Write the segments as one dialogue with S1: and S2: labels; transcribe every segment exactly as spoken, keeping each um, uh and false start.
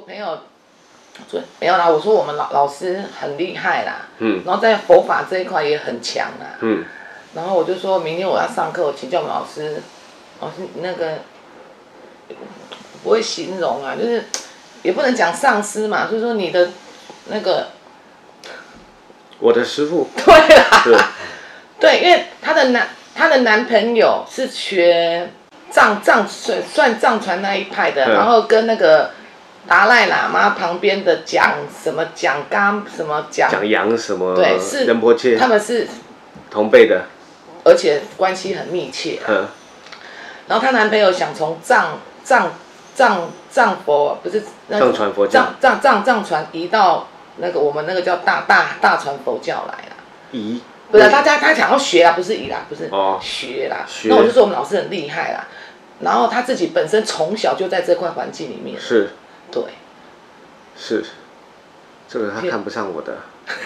S1: 朋友，没有啦，我说我们老老师很厉害啦，
S2: 嗯，
S1: 然后在佛法这一块也很强啦，
S2: 嗯，
S1: 然后我就说明天我要上课，我请教我们老师，老师那个不会形容啊，就是也不能讲上师嘛，就是说你的那个，
S2: 我的师傅，
S1: 对啦，对，因为她的男她的男朋友是学藏藏算算藏传那一派的，然后跟那个达赖喇嘛旁边的讲什么讲刚什么讲
S2: 讲杨什么，
S1: 对，是
S2: 仁波切，
S1: 他们是
S2: 同辈的，
S1: 而且关系很密切。
S2: 嗯，
S1: 然后她男朋友想从藏藏藏藏佛不是
S2: 藏传佛教，
S1: 藏藏藏藏传移到那个我们那个叫大大大传佛教来啦。
S2: 移。
S1: 不是，他他他想要学啦，不是移啦，不是、
S2: 哦、
S1: 学啦。
S2: 学
S1: 那我就说我们老师很厉害啦，然后他自己本身从小就在这块环境里面。
S2: 是。
S1: 对。
S2: 是。这个他看不上我的。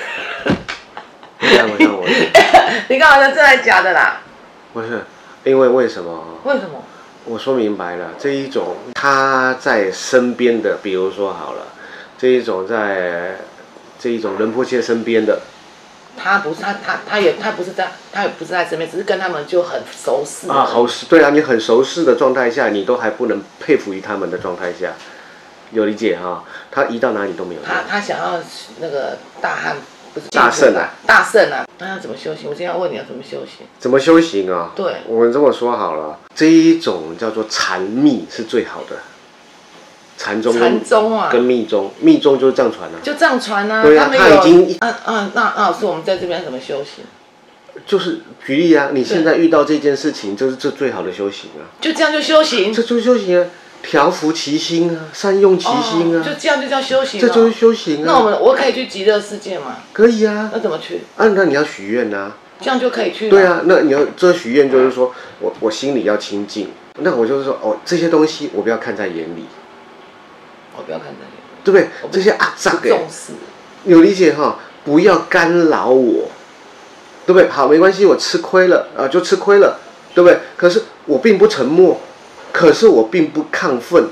S2: 看不上我的。
S1: 你干嘛说这来假的啦？
S2: 不是，因为为什么？
S1: 为什么？
S2: 我说明白了，这一种他在身边的，比如说好了，这一种在这一种仁波切身边的。
S1: 他不是他他他也他不是在他也不是在身边，只是跟他们就很熟识
S2: 啊，好对啊，你很熟识的状态下，你都还不能佩服于他们的状态下，有理解哈？他移到哪里都没有用。
S1: 他他想要那个大汉不是
S2: 大圣啊，
S1: 大圣啊，那要怎么修行？我今天要问你要怎么修行？
S2: 怎么修行啊？
S1: 对，
S2: 我们这么说好了，这一种叫做禅密是最好的。禅宗
S1: 禅宗啊，
S2: 跟密宗，密宗就是藏传啊，
S1: 就藏传啊。
S2: 对啊，他已经，
S1: 嗯嗯，那那老师，我们在这边怎么修行？
S2: 就是举例啊，你现在遇到这件事情，就是这最好的修行啊。
S1: 就这样就修行？
S2: 这就是修行啊，调伏其心啊，善用其心啊。
S1: 哦、就这样就叫修行、哦。
S2: 这就是修行啊。
S1: 那我们我可以去极乐世界吗？
S2: 可以啊。
S1: 那怎么去？
S2: 啊，那你要许愿啊。
S1: 这样就可以去。
S2: 对啊，那你要这许愿就是说我我心里要清净，那我就是说哦，这些东西我不要看在眼里。
S1: 我不要看这里，
S2: 对不对？这些阿杂给
S1: 重视，
S2: 有理解哈？不要干扰我，对不对？好，没关系，我吃亏了啊、呃，就吃亏了，对不对？可是我并不沉默，可是我并不亢奋，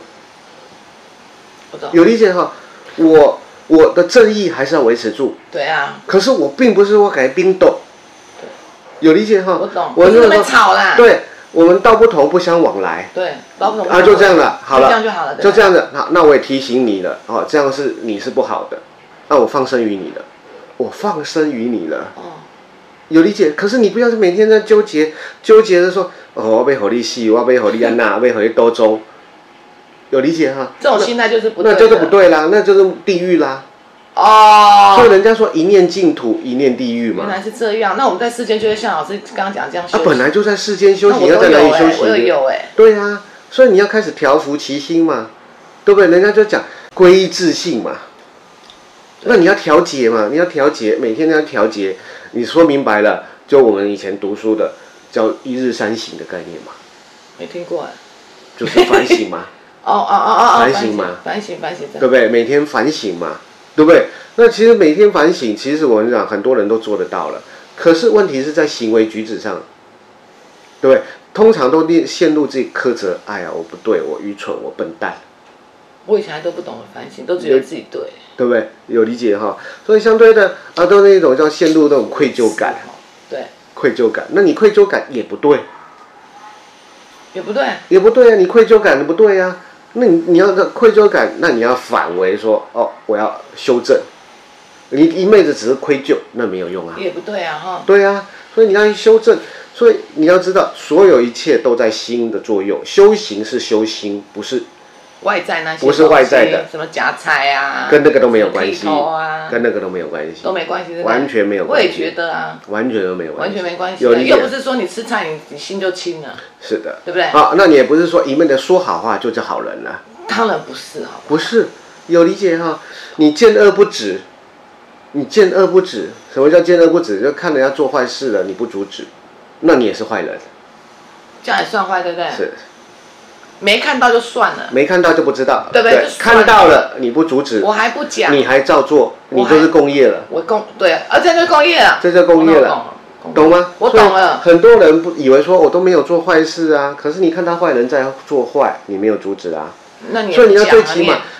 S2: 有理解哈？我我的正义还是要维持住，
S1: 对啊。
S2: 可是我并不是说改冰斗，有理解哈？
S1: 我懂，
S2: 我
S1: 就在吵啦，
S2: 对。我们道不同不相往来。
S1: 对，道不同
S2: 啊，就这样了，好了，
S1: 这样就好了，
S2: 就这样子。好，那我也提醒你了，哦，这样是你是不好的，那我放生于你了，我放生于你了。哦，有理解。可是你不要是每天在纠结，纠结的说，哦，我被火力系，我被火力安娜，我被火力多州，有理解哈？
S1: 这种心态就是不对，
S2: 那就是不对啦，那就是地狱啦。
S1: 哦，
S2: 所以人家说一念净土，一念地狱嘛。
S1: 原来是这样，那我们在世间就会像老师刚刚讲这样修行。
S2: 啊，本来就在世间修行，要在哪里修行？
S1: 我有有哎。
S2: 对啊，所以你要开始调伏其心嘛，对不对？人家就讲皈依自性嘛，那你要调节嘛，你要调节，每天都要调节。你说明白了，就我们以前读书的叫一日三省的概念嘛。
S1: 没听过哎。
S2: 就是反省嘛。
S1: 哦哦哦哦哦。
S2: 反省嘛。
S1: 反省反省。
S2: 对不对？每天反省嘛。对不对？那其实每天反省，其实我们讲很多人都做得到了，可是问题是在行为举止上，对不对？通常都陷入自己苛责，哎呀，我不对，我愚蠢，我笨蛋。
S1: 我以前还都不懂得反省，都觉得自己对，
S2: 对不对？有理解哈？所以相对的啊，都那种叫陷入那种愧疚感，
S1: 对，
S2: 愧疚感。那你愧疚感也不对，
S1: 也不对，
S2: 也不对啊！你愧疚感的不对啊。那你你要愧疚感，那你要反为说哦，我要修正。你一昧的只是愧疚，那没有用啊。
S1: 也不对啊，哈。
S2: 对啊，所以你要去修正。所以你要知道，所有一切都在心的作用。修行是修心，不是
S1: 外在那些。
S2: 不是外在的，
S1: 什么夹菜啊，
S2: 跟那个都没有关系。
S1: 啊，
S2: 跟那个都没有关系。
S1: 都没关系，
S2: 完全没有关系。
S1: 我也觉得啊。
S2: 完全都没有关系。
S1: 完全没关系。又不是说你吃菜，你你心就清了。
S2: 是的。
S1: 对不对？
S2: 啊，那你也不是说一昧的说好话就是好人了。
S1: 当然不是，好不
S2: 好？不是，有理解哈？你见恶不止，你见恶不止。什么叫见恶不止？就看人家做坏事了，你不阻止，那你也是坏人。
S1: 这样也算坏，对不对？
S2: 是。
S1: 没看到就算了。
S2: 没看到就不知道，
S1: 对不对？
S2: 看到了你不阻止，
S1: 我还不讲，
S2: 你还照做，你就是共业了。
S1: 我共对，啊，这就是共业了。
S2: 这就共业了。懂吗？
S1: 我懂了。
S2: 很多人不以为说我都没有做坏事啊，可是你看他坏人在做坏，你没有阻止啊。
S1: 那你
S2: 所以你要最起码，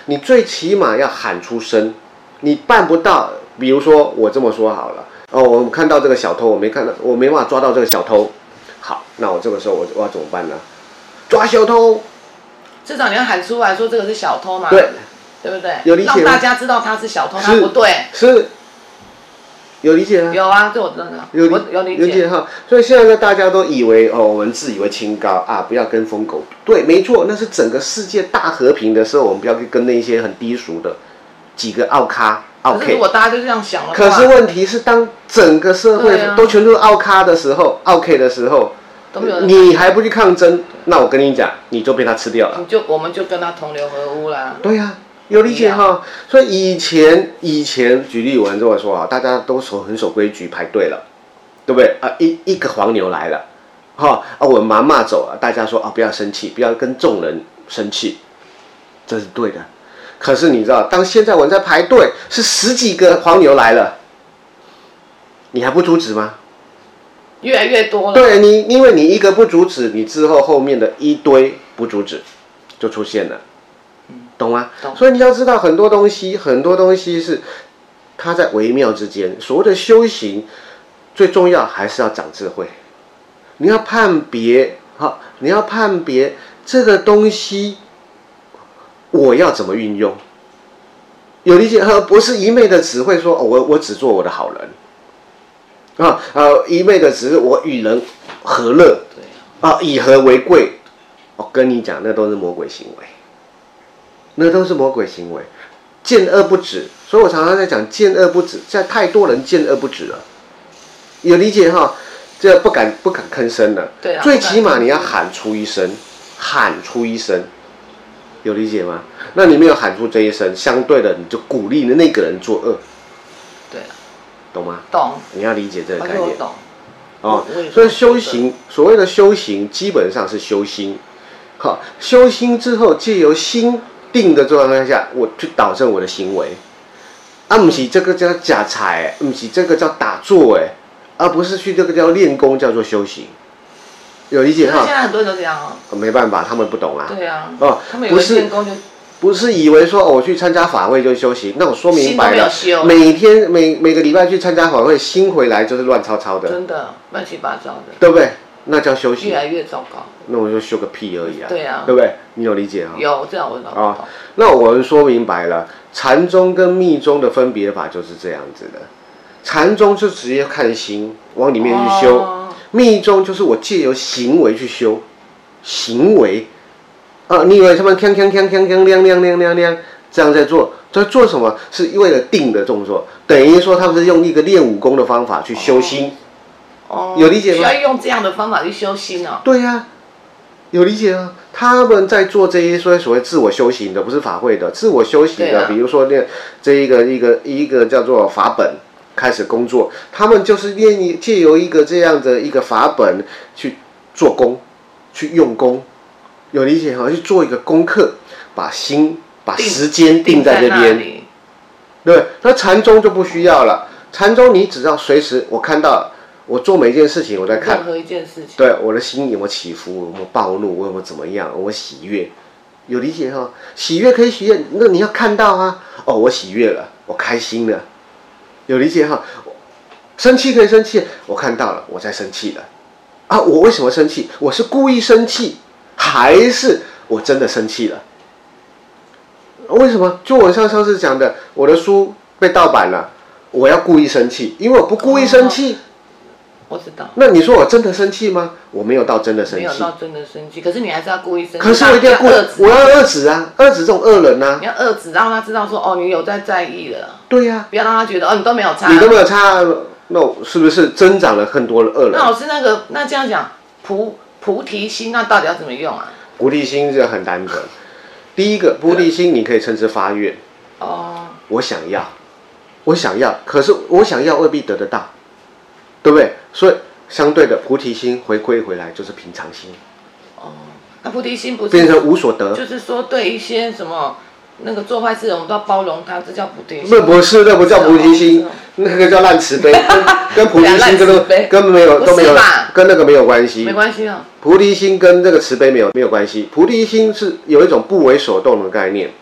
S2: 你最起码要喊出声。你办不到，比如说我这么说好了，哦，我看到这个小偷，我没看到，我没办法抓到这个小偷。好，那我这个时候我我要怎么办呢？抓小偷，
S1: 至少你要喊出来说这个是小偷嘛，
S2: 对，
S1: 对不对？
S2: 有理解吗？
S1: 让大家知道他是小偷，他不对。
S2: 是，有理解吗？
S1: 有啊，这我真的
S2: 有
S1: 我有理解。
S2: 理解哈，所以现在呢，大家都以为哦，我们自以为清高啊，不要跟疯狗。对，没错，那是整个世界大和平的时候，我们不要去跟那些很低俗的几个奥咖。
S1: 可是如果大家就这样想的话，
S2: 可是问题是，当整个社会都全都是奥咖的时候，奥 K 的时候，你还不去抗争，那我跟你讲，你就被他吃掉了。
S1: 你就我们就跟他同流合污啦。
S2: 对呀、啊，有理解哈。所以以前以前举例我们这么说啊，大家都守很守规矩，排队了，对不对啊？一一个黄牛来了，哈啊，我们妈妈走了，大家说啊，不要生气，不要跟众人生气，这是对的。可是你知道，当现在我们在排队，是十几个黄牛来了，你还不阻止吗？
S1: 越来越多了。
S2: 对你，因为你一个不阻止，你之后后面的一堆不阻止就出现了，懂吗？懂。所以你要知道，很多东西，很多东西是它在微妙之间。所谓的修行，最重要还是要长智慧。你要判别，好，你要判别这个东西。我要怎么运用？有理解？呃，不是一昧的只会说，哦、我我只做我的好人，啊，呃，一昧的只是我与人和乐，啊，以和为贵。我跟你讲，那都是魔鬼行为，那都是魔鬼行为，见恶不止。所以我常常在讲见恶不止，现在太多人见恶不止了，有理解哈？这不敢不敢吭声了。
S1: 对啊。
S2: 最起码你要喊出一声，喊出一声。有理解吗？那你没有喊出这一声，相对的你就鼓励那个人作恶。
S1: 对，
S2: 懂吗？
S1: 懂。
S2: 你要理解这个概念。
S1: 懂。
S2: 哦，所以修行，所谓的修行，基本上是修心。好，修心之后，借由心定的状态下，我去导正我的行为。啊，不是这个叫假财，不是这个叫打坐，哎，而不是去这个叫练功，叫做修行。有理解哈？
S1: 现在很多人都这样哦。
S2: 没办法，他们不懂啊。
S1: 对啊。
S2: 哦，
S1: 他们以为练功就
S2: 不是以为说、哦、我去参加法会就修行，那我说明白了，
S1: 心都没有修
S2: 每天每每个礼拜去参加法会，心回来就是乱糟糟的，
S1: 真的乱七八糟的，
S2: 对不对？那叫修行，
S1: 越来越糟糕。
S2: 那我就修个屁而已啊。
S1: 对啊，
S2: 对不对？你有理解啊？
S1: 有，这样我懂。
S2: 哦，那我们说明白了，禅宗跟密宗的分别法就是这样子的。禅宗就直接看心，往里面去修。哦，密宗就是我借由行为去修，行为，啊，你以为他们锵锵锵锵锵亮亮亮亮亮这样在做，在做什么？是为了定的动作，等于说他们是用一个练武功的方法去修心。
S1: 哦，
S2: 有理解吗？
S1: 需要用这样的方法去修心哦。
S2: 对呀、啊，有理解啊。他们在做这一些所谓自我修行的，不是法会的，自我修行的，啊、比如说那这一个一个一个叫做法本。开始工作，他们就是练借由一个这样的一个法本去做功，去用功，有理解哈？去做一个功课，把心、把时间定在这边，对。那禅宗就不需要了，禅宗你只要随时，我看到我做每一件事情，我在看
S1: 任何一件事情，
S2: 对我的心有没有起伏，有没有暴怒，我有没有怎么样，有没有喜悦，有理解哈？喜悦可以喜悦，那你要看到啊，哦，我喜悦了，我开心了。有理解哈？生气可以生气，我看到了，我在生气了，啊，我为什么生气？我是故意生气，还是我真的生气了？为什么？就我上上次讲的，我的书被盗版了，我要故意生气，因为我不故意生气。哦，
S1: 我知道。
S2: 那你说我真的生气吗？我没有到真的生气。没
S1: 有到真的生气，可是你还是要故意生气。
S2: 可是我一定要故意，我要遏制啊，遏制这种恶人啊。
S1: 你要遏制，让他知道说，哦，你有在在意了。
S2: 对呀、啊。
S1: 不要让他觉得，哦，你都没有差。
S2: 你都没有差，那是不是增长了更多的恶人？
S1: 那老师，那个那这样讲，菩菩提心，那到底要怎么用啊？
S2: 菩提心这很单纯。第一个，菩提心你可以称之发愿。哦。我想要，我想要，可是我想要未必得得到，对不对？所以。相对的菩提心回归回来就是平常心。
S1: 哦，那菩提心不是
S2: 变成无所得，
S1: 就是说对一些什么那个做坏事的，我们都要包容他，这叫菩提心。
S2: 那不是，那不叫菩提心，那个叫烂慈悲，跟跟菩提心跟都根本没有都没有跟那个没有关系。
S1: 没关系啊。
S2: 菩提心跟这个慈悲没有没有关系。菩提心是有一种不为所动的概念，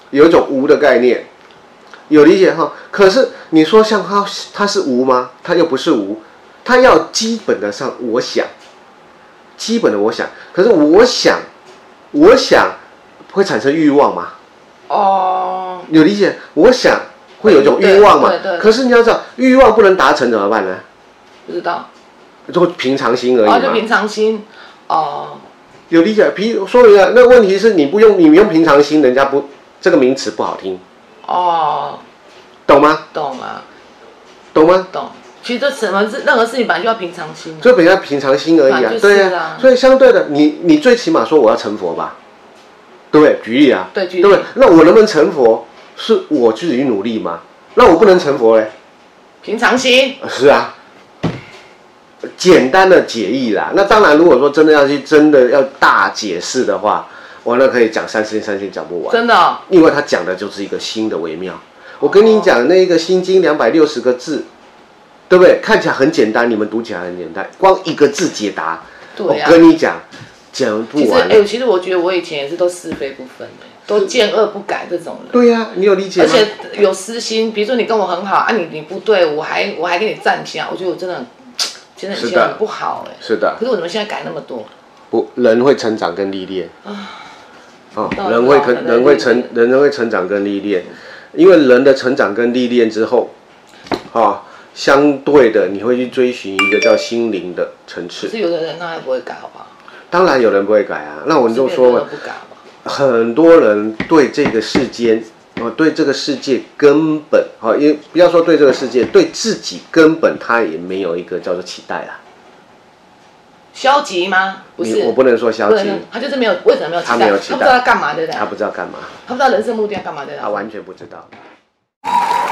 S2: 有一种无的概念，有理解哈？可是你说像他他是无吗？他又不是无，他要基本的上我想，基本的我想，可是我想，我想会产生欲望吗？
S1: 哦，
S2: 有理解？我想会有一种欲望嘛？
S1: 对对对。
S2: 可是你要知道，欲望不能达成怎么办呢？
S1: 不知道。
S2: 就平常心而已嘛。
S1: 哦，就平常心。哦。
S2: 有理解？比说明了，那个问题是你不用，你用平常心，人家不这个名词不好听。
S1: 哦。
S2: 懂吗？
S1: 懂啊。
S2: 懂吗？
S1: 懂。其实这什么事，任何事情本来就要平常心、啊。
S2: 就本来平常心而已啊，
S1: 就是、
S2: 对啊。所以相对的，你你最起码说我要成佛吧，对不对？举例啊，
S1: 对，举例，
S2: 对不对？那我能不能成佛，是我自己努力吗？那我不能成佛嘞？
S1: 平常心。
S2: 是啊。简单的解义啦，那当然，如果说真的要去真的要大解释的话，我那可以讲三天三天讲不完。
S1: 真的、哦。
S2: 因为他讲的就是一个心的微妙。我跟你讲，那个心经两百六十个字。对不对？看起来很简单，你们读起来很简单，光一个字解答。
S1: 对啊。
S2: 我跟你讲，讲不完。
S1: 其实，哎，其实我觉得我以前也是都是非不分的，都见恶不改这种人。
S2: 对呀、啊，你有理解吗？
S1: 而且有私心，比如说你跟我很好啊，你你不对，我还我还给你站下，我觉得我真的，真的以前很不好哎。
S2: 是的。
S1: 可是我怎么现在改那么多？
S2: 不，人会成长跟历练。啊。哦，人会成人会成人会成长跟历练，因为人的成长跟历练之后，啊、哦。相对的，你会去追寻一个叫心灵的层次。
S1: 是有的人他还不会改，好不好？
S2: 当然有人不会改啊。那我就说嘛，很多人对这个世间，哦，对这个世界根本，哦，也不要说对这个世界，对自己根本他也没有一个叫做期待啦。
S1: 消极吗？不是，
S2: 我不能说消极，
S1: 他就是没有，为什么没有期待？
S2: 他没有期待，
S1: 他不知道他干嘛，对不对？
S2: 他不知道干嘛，
S1: 他不知道人生目的要干嘛，对不对？
S2: 他完全不知道。